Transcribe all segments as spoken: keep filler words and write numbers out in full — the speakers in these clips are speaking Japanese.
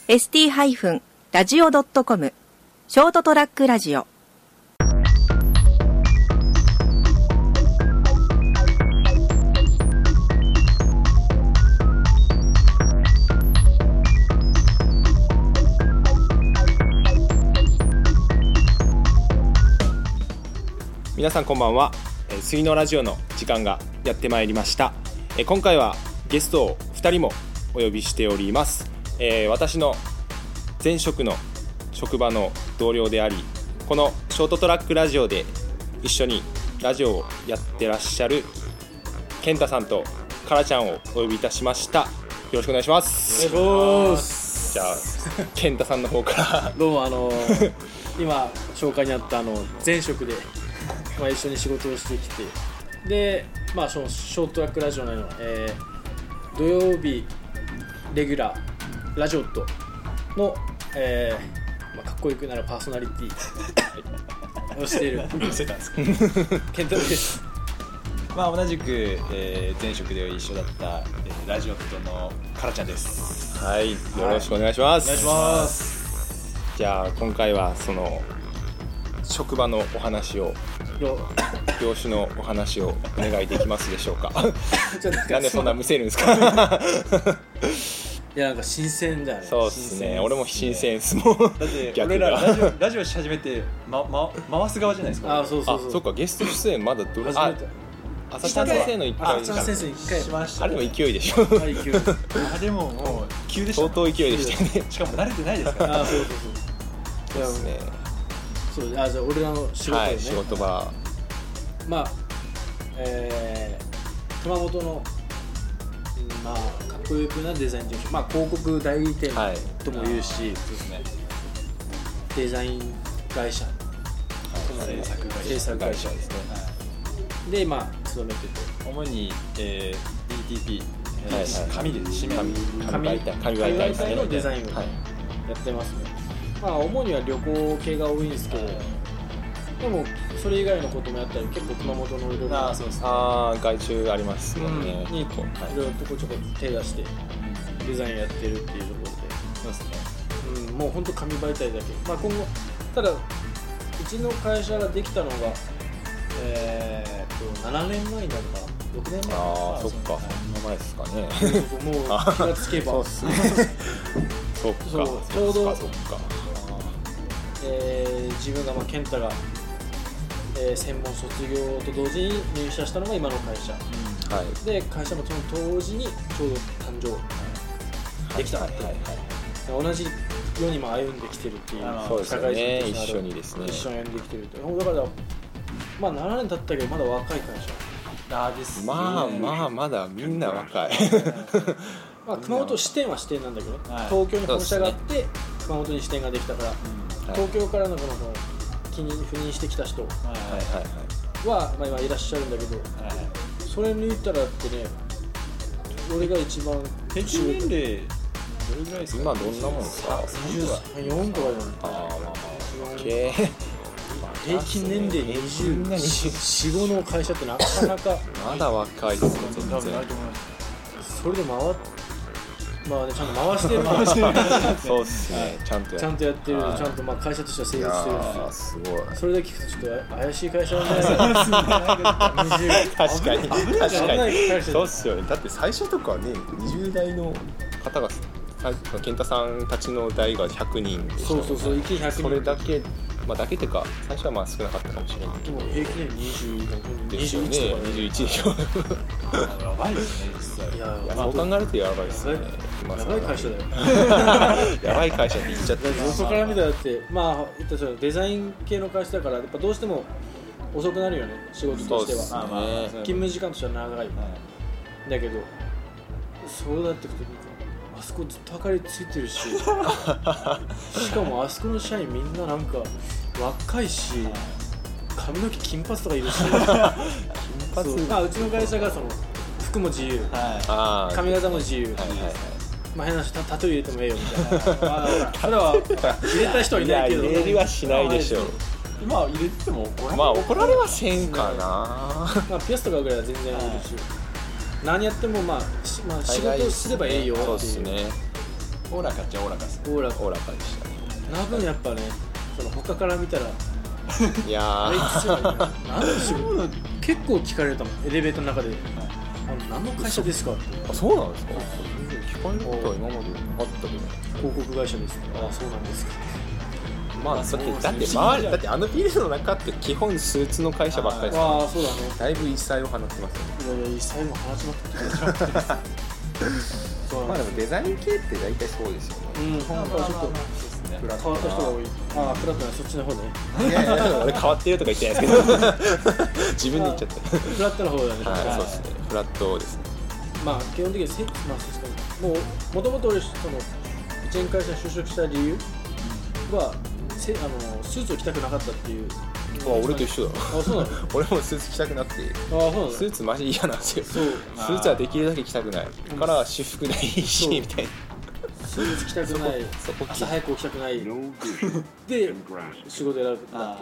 エスティー ラジオ ドットコム ショートトラックラジオ。 皆さんこんばんは。水のラジオの時間がやってまいりました。今回はゲストをふたりもお呼びしております。えー、私の前職の職場の同僚であり、このショートトラックラジオで一緒にラジオをやってらっしゃる健太さんとカラちゃんをお呼びいたしました。よろしくお願いします。 お願いします。 じゃあ健太さんの方からどうも、あのー、今紹介にあったあの前職で、まあ、一緒に仕事をしてきて、で、まあ、そのショートトラックラジオの、えー、土曜日レギュラーラジオットの、えーまあ、かっこよくなるパーソナリティをしている健太です。 まあ、同じく、えー、前職で一緒だった、えー、ラジオットのカラちゃんです。 はい、よろしくお願いします。 はい、お願いします。 じゃあ今回はその職場のお話を業種のお話をお願いできますでしょうか。なんでそんなむせるんですか。 いや、なんか新鮮だよね。 そうですね、俺も新鮮ですもん。 だって俺らラジオ、ラジオし始めて、まま、回す側じゃないですか。 あ、そうそうそう。 あ、そっか、ゲスト出演まだどれ、 初めて。 あ、浅田先生の一回。 浅田先生一回しました。 あれも勢いでしょ。 あ、勢い。 あれももう急でした。 相当勢いでしたよね。 しかも慣れてないですから。 あ、そうそうそう。 ですね。 そう、あ、じゃあ俺らの仕事ね。 はい、仕事場。 まあ、えー、熊本の、まあ、かっこよくなデザイン事務所、まあ、広告代理店とも言うし、 そうですね、 デザイン会社、 はい、制作会社、 制作会社ですね、 はい、で、まあ、勤めてて主に、えー、ディーティーピー、はいはい、紙で紙紙媒体紙媒体のデザインをやってますね、はい、まあ、主には旅行系が多いんですけど、はい、でもそれ以外のこともやったり、結構熊本のいろいろ、 あ、そうです、あ、外注ありますもんね、 うん、にいろいろとこちょこ手出してデザインやってるっていうところで、 そうですね、 うん、もう本当紙媒体だけ、まあ、今後ただうちの会社ができたのが、えー、とななねんまえになるかな、ろくねんまえ。 ああ、そっか、そんな前ですかね。 そうそうそう、もう気がつけばそうっすね。そっか、 そうちょうどそっか、 えー、自分が、まあ、健太が、えー、専門卒業と同時に入社したのが今の会社、うん、はい、で会社もその当時にちょうど誕生できたっていう、はいはいはい、同じようにも歩んできてるっていう、 そうですよね、一緒にですね、 一緒に歩んできてるっていう、だからまあななねん経ったけどまだ若い会社あです、ね、 まあまあまだみんな若い。 まあ熊本支店は支店なんだけど、はい、東京に本社があって、ね、熊本に支店ができたから、うん、はい、東京からのこの気に赴任してきた人は、はいはいはい、まあ、今いらっしゃるんだけど、はいはい、それ抜いたらってね、俺が一番平均年齢どれぐらいですか。 今どんなもんですか。 にじゅうよんとかよね。 ああ、まあまあ、 平均年齢にじゅうよん、ごの会社ってなかなかまだ若いですね、全然。 それで回っまあね、ちゃんと回してる回してるそうっすね、ちゃんとやってる、 ちゃんとやってる、ちゃんとまあ会社としては成立してるし、 すごい。 それだけ聞くとちょっと怪しい会社なんじゃないですか。 確かに確かにそうっすよね。だって最初とかはね、にじゅう代の方が健太さんたちの代がひゃくにんでしたもんね。 そうそうそう、一気にひゃくにん。 それだけ、まあだけっていうか最初はまあ少なかったかもしれないけど、 平均年にじゅうですよね、にじゅういちでしょ。 やばいですね、実際。 いや、そう考えるとやばいですね。 やばい会社だよ。 やばい会社って言っちゃって。 よそから見たらって、まあ言ったらデザイン系の会社だからやっぱどうしても遅くなるよね、仕事としては。 そうですね。 勤務時間としては長い。だけどそうなってくるとあそこずっと明かりついてるし、しかもあそこの社員みんななんか若いし、髪の毛金髪とかいるし。金髪。まあうちの会社がその服も自由、はい、髪型も自由、はいはいはい、まあ変な話、タトゥー入れてもええよみたいな。まあ、それは入れた人はいないけど、 いや入れはしないでしょう。 今入れても怒られまあ怒られはせんかな。 まあピアスとかぐらいは全然いるし、はい、何やってもまあ、まあ、仕事すればええよっていう。 そうですね。 オーラかっちゃオーラかっすオーラおおらかでしたね。 な分やっぱねその他から見たらいやあれー一緒だよね何の仕事結構聞かれたもんエレベーターの中であの何の会社ですかってあ、そうなんですか。全然聞かれることは今まであったけど。 広告会社ですああそうなんですかまあだってだって周りだってあのビルの中って基本スーツの会社ばっかりですから。 ああそうだねだいぶ異彩を放ってますよね。 いやいや一切も放ちまくってますそうまあでなんですもデザイン系って大体そうですよね。 うん本当はちょっとですねフラッ変わった人が多いああフラットなそっちの方ねいやいや俺変わってるとか言ってないですけど自分で言っちゃったフラットな方だねはいそうですねフラットですね。 まあ基本的にせまあ確かにもうもともと俺その一円会社に就職した理由はせあのスーツを着たくなかったっていうあ俺と一緒だあそうなの俺もスーツ着たくなくてあそうなのスーツマジ嫌なんですよ。 そうスーツはできるだけ着たくないから私服でいいしそうみたいな。 スーツ着たくないそこ朝早く起きたくないで仕事選ぶっていうか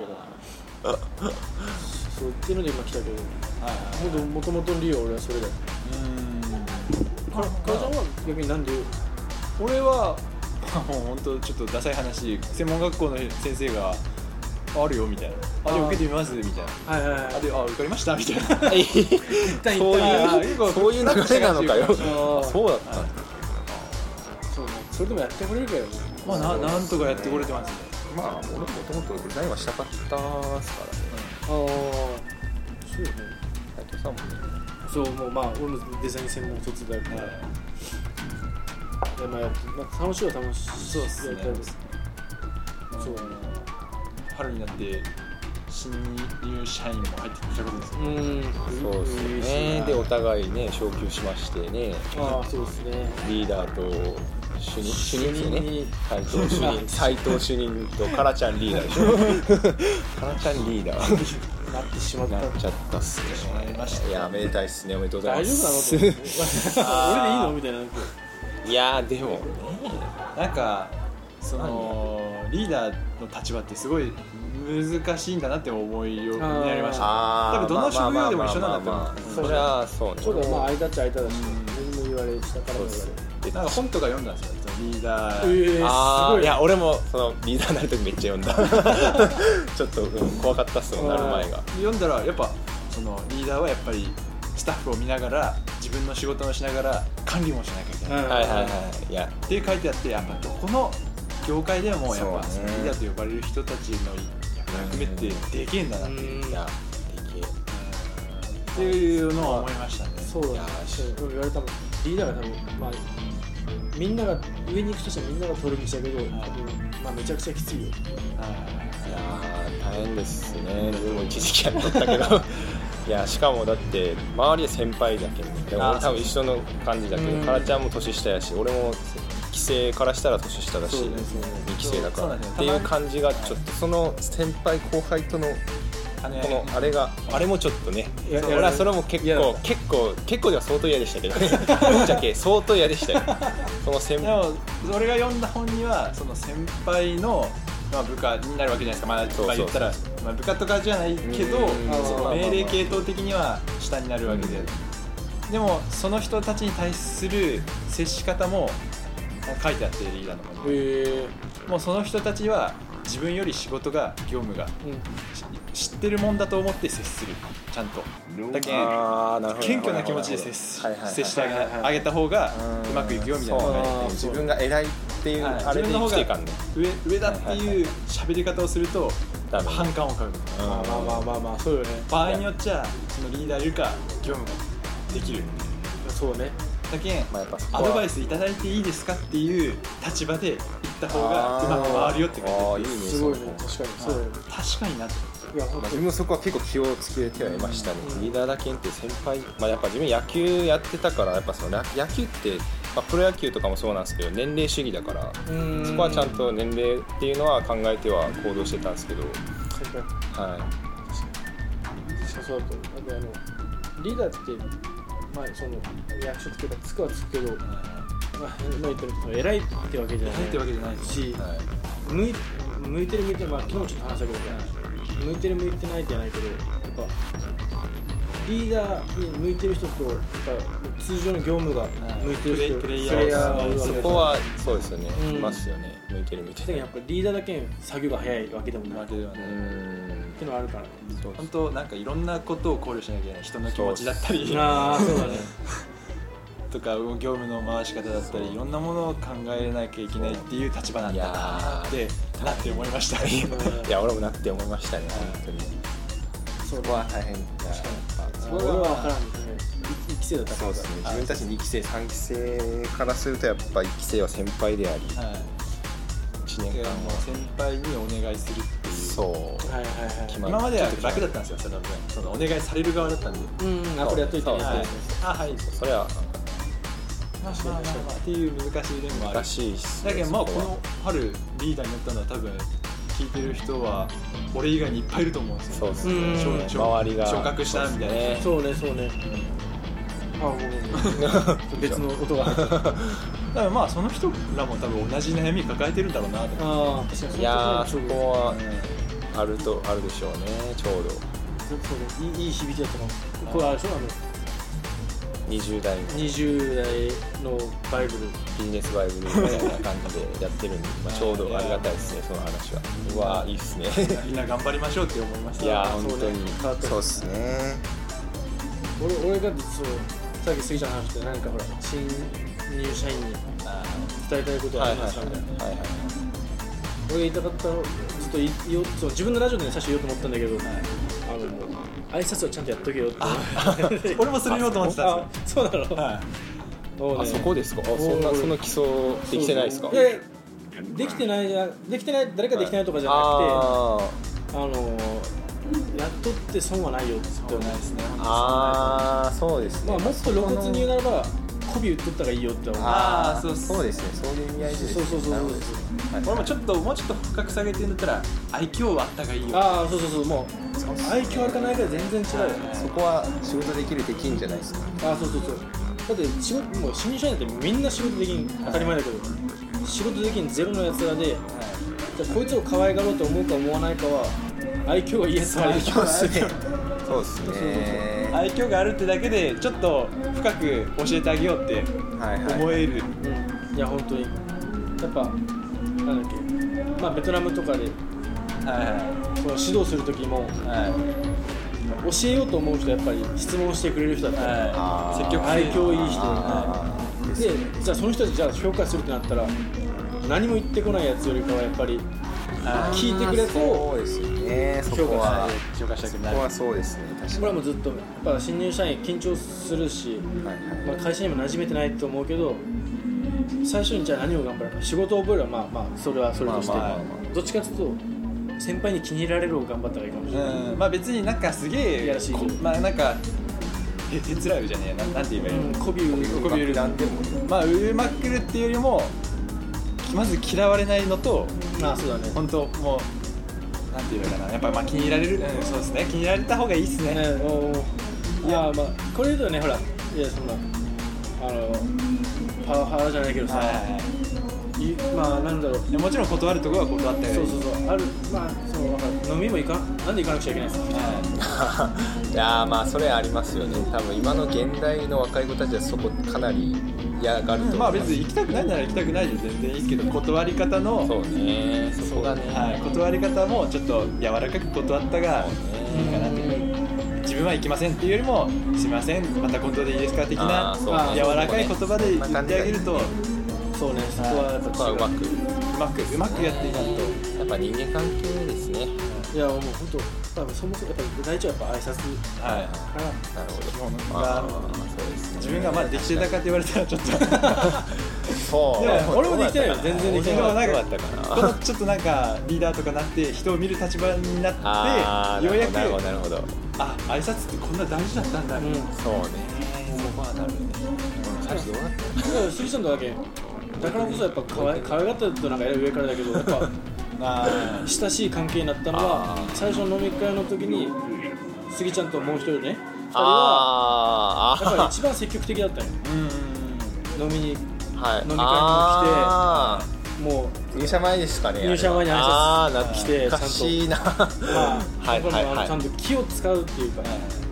そうっていうので今来たけどもともとの理由は俺はそれだよかかなちゃんは逆になんで俺はもう本当ちょっとダサい話専門学校の先生があるよみたいなあであー受けてみますみたいなはいはいはいあであ受かりましたみたいな一旦そう一いう旦そういう流れなのかよ。 あーそうだったんだ。 そうねそれでもやってくれるからよまあななんとかやってこれてますねまあ俺もともとデザインはしたかったっすからね。 ああそうね斉藤さんもね。 そうもうまあ俺もデザイン専門卒だからでまあやってまあ楽しいは楽しいそうっすねやったりですそう春になって新入社員も入ってきたことですようんそうですよね。でお互いね昇級しましてね。 ああそうですねリーダーと主任主任ですよね主任に。 斉藤主任斉藤主任とカラちゃんリーダーでしょ。カラちゃんリーダーなってしまったなっちゃったっすね。 なりましたいやめでたいっすねおめでとうござい大ます。 丈夫なのと思って俺でいいのみたいななんかいやでもね。 なんかそのリーダーの立場ってすごい難しいんだなって思いようになりましたあー多分どの職業でも一緒なんだと思うまあまあまあまあそれはそうね。 そうだまあ間っちゃ間だし何も言われ下からも言われなんか本とか読んだんですよそのリーダー、 ええすごいあーいや俺もそのリーダーになるときめっちゃ読んだ。ちょっと、うん、怖かったっすもんなる前が。 読んだらやっぱそのリーダーはやっぱりスタッフを見ながら自分の仕事もしながら管理もしなきゃいけない、 うんはいはいはいいやって書いてあってやっぱどこの業界でもやっぱそうねリーダーと呼ばれる人たちの役目ってでけえんだなっていううんいやでけっていうのは思いましたねそうだねそう言われたもんリーダーが多分まあみんなが上に行くとしたらみんなが取る道だけど多分まあめちゃくちゃきついよえいやー大変ですね。自分も一時期やっとったけど。いやしかもだって周りは先輩だけど、ね、でも俺多分一緒の感じだけど、 うんカラちゃんも年下やし俺も期生からしたら年下だし、 そうねそうねに期生だからそうなんですよっていう感じがちょっとその先輩後輩とのあのこのあれがあれもちょっとねいや俺はそれも結構嫌だった結構結構では相当嫌でしたけどねぶっちゃけ相当嫌でしたよその先でも俺が読んだ本にはその先輩の、まあ、部下になるわけじゃないですか、まあ、 そうそうまあ言ったら、まあ、部下とかじゃないけどうんそのまあまあまあ命令系統的には下になるわけで、でもその人たちに対する接し方も書いてあってリーダーの本にへえもうその人たちは自分より仕事が業務がうん知ってるもんだと思って接するちゃんとだけあーなるほど謙虚な気持ちで接しはいはいはい接してあげた方がうまくいくよみたいなのがそう書いてあってね自分が偉いっていうはいあれで生きていかんね上上だっていう喋り方をするとダメ反感を買ううんまあまあまあまあまあそうよね場合によっちゃそのリーダーいるか業務ができるそうねだけんまあやっぱそこはアドバイスいただいていいですかっていう立場で言った方がうまく回るよって書いてあってあーいいねすごいね確かにそうよね確かになっていや本当にまあ自分もそこは結構気をつけてはいましたね、リーダーだけんって先輩、まあ、やっぱ自分野球やってたからやっぱその野球って、まあ、プロ野球とかもそうなんですけど年齢主義だからうんそこはちゃんと年齢っていうのは考えては行動してたんですけど、 先輩はそうだとだってあのリーダーってまあその役職というかつくはつくけど、まあ、今言ったように偉いってわけじゃない偉いってわけじゃないし、 いはい向い向いてる向いてるまあ昨日もちょっと話したけど向いてる向いてないじゃないけどやっぱリーダーに向いてる人とやっぱ通常の業務が向いてる人、 プレイプレイヤーがいるわけそでこはそうですよね、 うんいますよね、向いてる向いてる。 やっぱリーダーだけ作業が早いわけでもないわけではうないんっていうのはあるからね。 そう本当なんかいろんなことを考慮しなきゃいけない、人の気持ちだったりああそうだね。 とか業務の回し方だったりいろんなものを考えなきゃいけないっていう立場なんだなってなって思いましたいや俺もなって思いましたね、本当に。 そそこは大変だ。 俺は分からんね。いっき生だったから。 そうですね、自分たちにいっき生さんき生からするとやっぱいっき生は先輩であり、 はいいちねんかんもう先輩にお願いするっていうそうはいはいはい。 決ま今までは楽だったんですよ、その分そのお願いされる側だったんで、 うん、あこれやっといてね。 そうはいあはいそれはまあまあまあまあっていう難しい面もある難しいっすね。 だけどまあこそはの春リーダーになったのは多分聞いてる人は俺以外にいっぱいいると思うんですよ。 そうですうんね、 昇周りが昇格したみたいなそうですねそうねそうね。あごめんごめん。別の音が入っちゃった。 だからまあその人らも多分同じ悩み抱えてるんだろうなと思って。 ああ確かに。 いやーそこはうあるとあるでしょうね、ちょうどそうねいいいい響きだったかも。これあれでしょあのにじゅう代のにじゅう代のバイブル。 ビジネスバイブルみたいな感じでやってるんで、まあ、ちょうどありがたいですね、その話は。うわーいいっすねみんな頑張りましょうって思いました。 いやーそうね本当に変わったそうっすね。 俺俺がそうさっき杉ちゃんの話でなんかほら新入社員にあ伝えたいことはあはいはいりますかみたいな。 はいはい俺が言いたかったのずっと言い言おうそう自分のラジオで、ね、最初言おうと思ったんだけど、あのもう挨拶はちゃんとやっとけよってー俺もそれ言おうと思ってたんあそうなの、 ですよ。はいそうねあそこですか。あそんなおーその基礎できてないですか。 そうそういやいやできてないじゃできてない誰かできてないとかじゃなくて、 ああのやっとって損はないよってそうないですね。 ーあーそうですね。 まあもっと露骨に言うならば媚び売っとった方がいいよって思う。 あーそうっすそうですね、そういう意味合いでですね。 そうそうそうそうなるほどはい俺もちょっともうちょっと深く下げてんだったら愛嬌はあったがいいよ。 ああそうそうそうもう愛嬌あるかないかで全然違うよね。 そこは仕事できるできんじゃないですか。 ああそうそうそうだって仕事もう新入社員だってみんな仕事できん当たり前だけど仕事できんゼロのやつらでじゃあこいつを可愛がろうと思うか思わないかは愛嬌がいいやつがいるそうですね。そうですそうそうね。 愛嬌があるってだけでちょっと深く教えてあげようってはいはい。 思える。 うんいや本当にやっぱなんだっけまあベトナムとかではいその指導する時もはいはい教えようと思う人はやっぱり質問してくれる人だったら、 はい。 あー積極愛嬌いい人あーでじゃあその人たちじゃあ評価するってなったら何も言ってこないやつよりかはやっぱり聞いてくれあーとそうですよね。そ評価こは紹介したくそない。 こはそうですね。確かに。 これはもうずっとやっぱ新入社員緊張するし、 はいはいまあ、会社にも馴染めてないと思うけど最初にじゃあ何を頑張るか仕事を覚えるはまあまあそれはそれとして、 まあまあまどっちかというと先輩に気に入られるを頑張った方がいいかもしれない、 うん、まあ別になんかすげえいやらしいこまあなんかえ手つらうじゃねえな、なんて言えばいいの、 うん、媚び売る媚び売るなんでもまあ売りまくるっていうよりもまず嫌われないのとああそうだね本当もうなんて言えばいいかな、やっぱまあ気に入られる、うん、そうですね、気に入られた方がいいっすね。 ねおーいやまあこれ言うとねほらいやそんなあのパワハラじゃないけどさ、 はいはいはいいまあなんだろういやもちろん断るところは断ってそうそうそうあるまあそのわかる飲みも行かんなんで行かなくちゃいけないんですかいやーまあそれありますよね。多分今の現代の若い子たちはそこかなり嫌がると思います。 まあ別に行きたくないなら行きたくないで全然いいですけど、断り方のそうね、そこがね、 はい、断り方もちょっと柔らかく断ったがいいかなっていう。自分は行きませんっていうよりもすみませんまた今度でいいですか的なあーそうね柔らかい言葉で言ってあげるとそうねそこはやっぱそこはうまくうまくうまくやっていかんと。 やっぱ人間関係ですね。 いやもう本当多分そもそもやっぱり第一はやっぱ挨拶はいからなるほど。 基本まがあそうですね。 自分がまだできてたかって言われたらちょっとそう。 いや俺もできてないよ全然できてない俺もなんかだったかこな。 のちょっとなんかリーダーとかなって人を見る立場になあーってようやくなるほどなるほど。 あ挨拶ってこんな大事だったんだ、 うんそうね。そこはなるね。最初どうなったの？ いや杉さんとだけだからこそやっぱ可愛可愛がったとなんか上からだけどやっぱあ親しい関係になったのはあー最初の飲み会の時に杉ちゃんともう一人ね二人はあーやっぱり一番積極的だったよーうん飲みにはい。 飲み会にも来てあもー入社前ですかね。 入社前に挨拶あー来て懐かしいな。 うまあはいはいはいちゃんと気を使うっていうか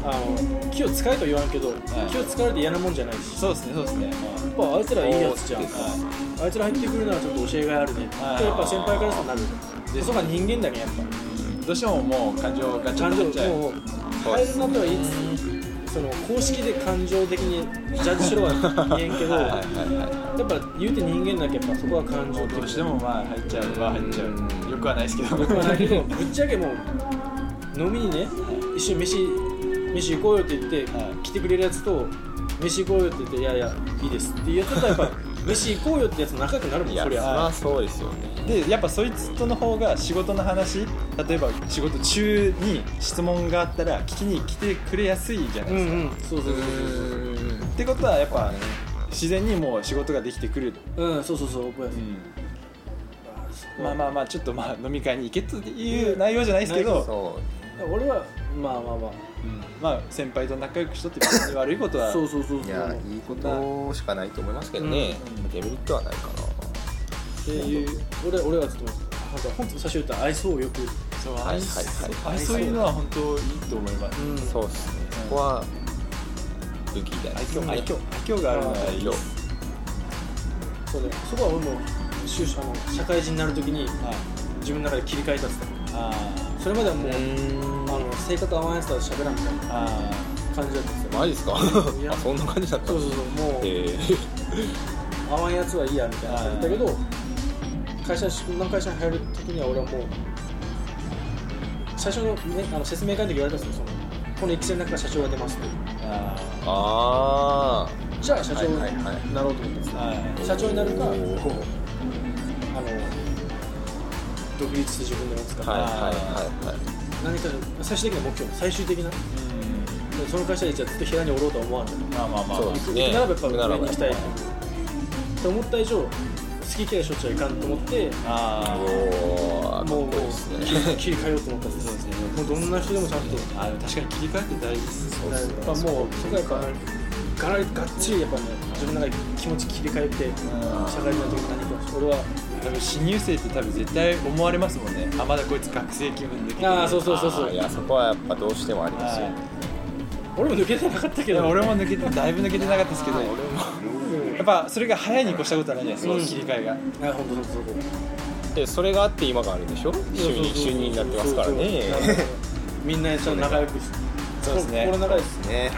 あの気を使えとは言わんけど、 い気を使われて嫌なもんじゃないし、 そうですねそうですね、 やっぱあいつらいいやつじゃん、 そうですあいつら入ってくるならちょっと教えがいあるねってはいやっぱ先輩からそうなる。 でそこが人間だねやっぱ。 どうしてももう感情がちゃん感情と入っちゃう。 もう入るなとは言いつつ、その公式で感情的にジャッジしろは言えんけど、 はいはいはいはやっぱ言うて人間だけやっぱそこは感情い。 的どうしてもまあ入っちゃうは入っちゃう。よくはないですけど。 僕はないけど、ぶっちゃけもう飲みにね一緒に飯飯行こうよって言って、 はい来てくれるやつと飯行こうよって言っていやいやいいですって言ってたらやっぱ飯行こうよってやつも仲良くなるもん。 いやそりそりゃゃそうですよね。 でやっぱそいつとの方が仕事の話、例えば仕事中に質問があったら聞きに来てくれやすいじゃないうんですか、 うんそうそうそうってことはやっぱ自然にもう仕事ができてくる、 そううんそうそうそう覚えやすい、 まあまあまあちょっとまあ飲み会に行けという内容じゃないですけど、 そ俺はまあまあまあうんまあ先輩と仲良くしとって別に悪いことはそうそうそうそうういやいいことしかないと思いますけどね、デメリットはないかな。 っていう俺俺はちょっとなんか本当最初言った愛想をよく、 そうはいはいはい愛想いいのは本当いいと思います、 うんそうですね。そこは武器じゃないですかね。 愛嬌愛嬌があるのはいいよ、 そうねそこは俺も就職あの社会人になるときにはい、 自分の中で切り替えたってた。 あそれまではもう、 うーんあの性格合わないやつとは喋らんみたいなーあ感じだったんですよ。 マジですか。 いやあそんな感じだったそうんですそうそうもう、 え合わんやつはいいやみたいな感じだったけど、会社の会社に入るときには俺はもう最初の、ね、あの説明会の時言われたんですよ。そのこのいちねんの中から社長が出ますと。 ーあー、あじゃあ社長にはいはいはいなろうと思ったんですよ。 ーはいー社長になるかおーあの独立して自分で持つか、 はいはいはいはい。 何か最終的な目標最終的なうんその会社でじゃあずっと部屋におろうとは思わんじゃん。 まあまあまあそうです行くねならばやっぱ行くならば上に行きたいと思った以上好き嫌いしょっちゃいかんと思ってあーおーかもうっこいいですね。 切り替えようと思ったんですよ。もうどんな人でもちゃんとあー確かに切り替えって大事ですそうですねやっぱもうそこはやっぱがらりがっつりやっぱね自分の中で気持ち切り替えて社会人の時に何か俺は多分新入生って多分絶対思われますもんね。あまだこいつ学生気分で来てるああそうそうそうそうあーいやそこはやっぱどうしてもありますよ。 俺も抜けてなかったけどいや俺も抜けてだいぶ抜けてなかったですけど、やっぱそれが早いに越したことはないじゃないですか、 うん切り替えが。 あ本当そうそうそうでそれがあって今があるでしょ。就任就任になってますからね。 そうそうそうみんなちゃんと仲良くしそうですね心の中ですね。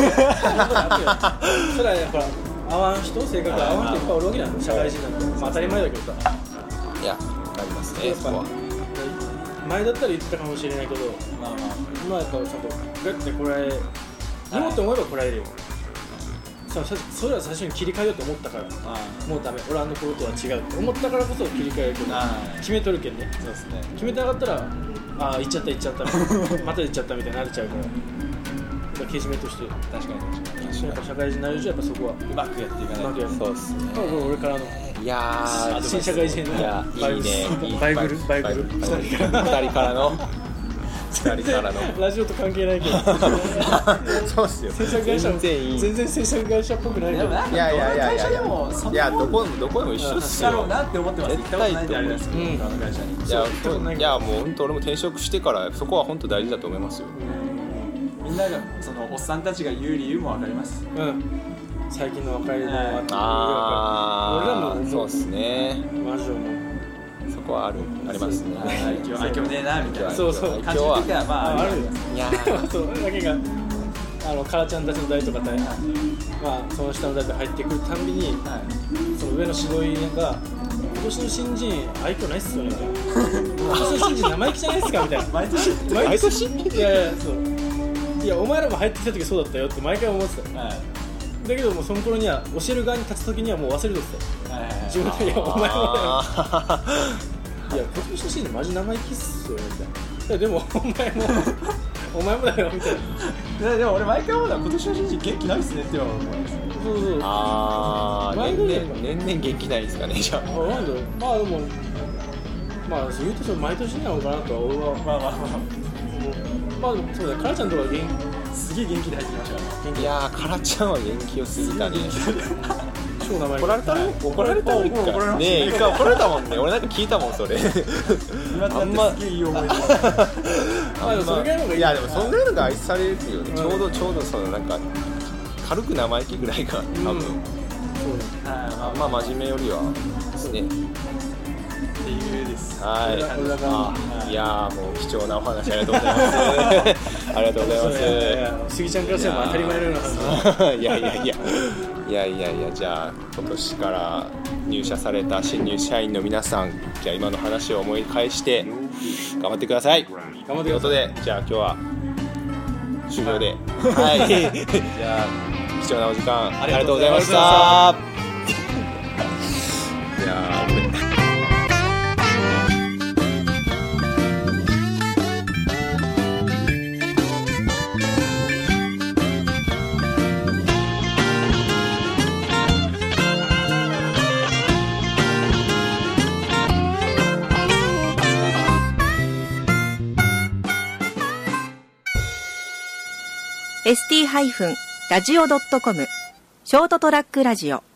それはやっぱ合わん人性格合わん人いっぱいおるわけだよ社会人なんて、まあ、当たり前だけどさいやありますねやっぱそこは。 前だったら言ってたかもしれないけどまあまあ今はやっぱちゃんとガッてこらえ言おうと思えばこらえるよ。そそれは最初に切り替えようと思ったからあもうダメ俺あの頃とは違うって思ったからこそ切り替えるけどあ決めとるけんね。 そうですね。 決めてなかったらああ行っちゃった行っちゃったまた行っちゃったみたいになれちゃうからだからけじめとしてや確かに確かにっぱ社会人になる以上やっぱそこはうまくやっていかないと。 うまくやるそうですね。 これ俺からのいやー新社会人のいやバイいいねいいバイブルバイブル二人からの二人からのラジオと関係ないけどそうっすよ。 制作会社全然いい。 全然制作会社っぽくないけどいやいやいやいやいやどの会社でもそんないやどこどこでも一緒っすよ。 だろうなって思ってます。行ったことないんであれですけど、 うん他の会社に。 いやそうそういやもう本当俺も転職してからそこは本当大事だと思いますよ。 みんながそのおっさんたちが言う理由もわかります。 うん最近の若いのはあ俺らもあそうっすね。 マジで思うそこはあるありますね。 愛嬌愛嬌ねえなみたいな。 そうそう感じる時はまああるよいやーそうだけがあのカラちゃんたちの代とかで、まあその下の代とか入ってくるたんびにはいその上の指導員が今年の新人愛嬌ないっすよねみたいな今年の新人生意気じゃないっすかみたいな毎年毎年いやいやそういやお前らも入ってきた時そうだったよって毎回思ってたはいだけどもうその頃には教える側に立つ時にはもう忘れとってはいた自分でいやお前もだよあいや今年の新人マジ生意気っすよみたいないやでもお前もお前もだよみたいないやでも俺毎回思うのは今年の新人元気ないっすねっては思います。 そうそうあー前ぐらい年々年々元気ないですかねじゃあ。 あなんだろうまあでもまあ言うとそれ毎年なのかなとは俺はまあまあままあでもそうだねカラちゃんとか元あすげえ元気で入ってきましたからね。 いやーカラちゃんは元気よすぎたね。 超名前怒られたの？怒られたの一怒られました回。ねえ一回怒られたもんね。俺なんか聞いたもんそれ。 今となってすげえいい思い出。 まあでもそれぐらいの方がいい。 いやでもそんぐらいのが愛されるよね、 うん、 ちょうどちょうどそのなんか軽く生意気ぐらいが多分、うん、 そうあまあ真面目よりはですねっていうです。 はい、 はい、 いやもう貴重なお話ありがとうございますありがとうございます。 いや杉ちゃんからすれば当たり前のような話。 いやいやいやいやいやいや、じゃあ今年から入社された新入社員の皆さん、じゃあ今の話を思い返して頑張ってください。 頑張ってください。 ということで、じゃあ今日は終了で、はい、じゃあ貴重なお時間ありがとうございました。いやーエスティー ラジオ ドットコム ショートトラックラジオ